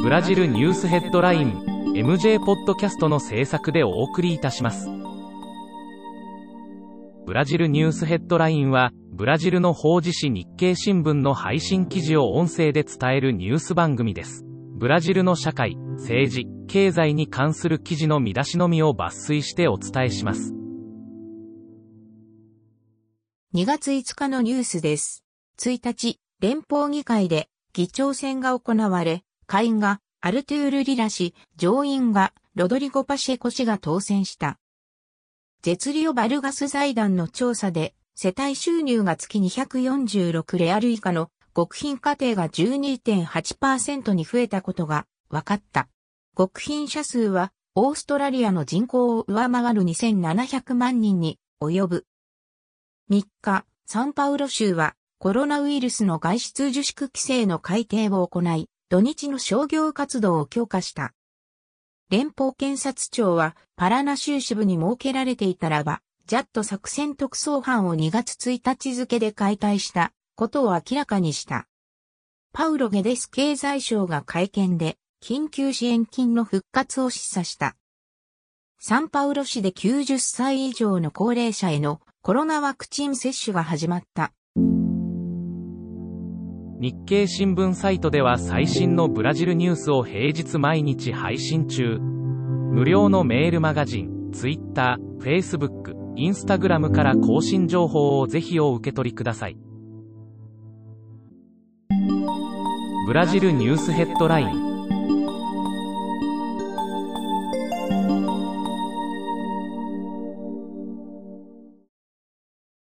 ブラジルニュースヘッドライン MJ ポッドキャストの制作でお送りいたします。ブラジルニュースヘッドラインはブラジルの法事紙日経新聞の配信記事を音声で伝えるニュース番組です。ブラジルの社会、政治、経済に関する記事の見出しのみを抜粋してお伝えします。 2月5日のニュースです。1日、連邦議会で議長選が行われ、下院がアルトゥール・リラ氏、上院がロドリゴ・パシェコ氏が当選した。ゼツリオ・バルガス財団の調査で、世帯収入が月246レアル以下の極貧家庭が 12.8% に増えたことが分かった。極貧者数はオーストラリアの人口を上回る2700万人に及ぶ。3日、サンパウロ州はコロナウイルスの外出自粛規制の改定を行い、土日の商業活動を強化した。連邦検察庁はパラナ州支部に設けられていたラバ・ジャット作戦特捜班を2月1日付で解体したことを明らかにした。パウロ・ゲデス経済相が会見で緊急支援金の復活を示唆した。サンパウロ市で90歳以上の高齢者へのコロナワクチン接種が始まった。 日経新聞サイトでは最新のブラジルニュースを平日毎日配信中。無料のメールマガジン、Twitter、Facebook、Instagram から更新情報をぜひお受け取りください。ブラジルニュースヘッドライン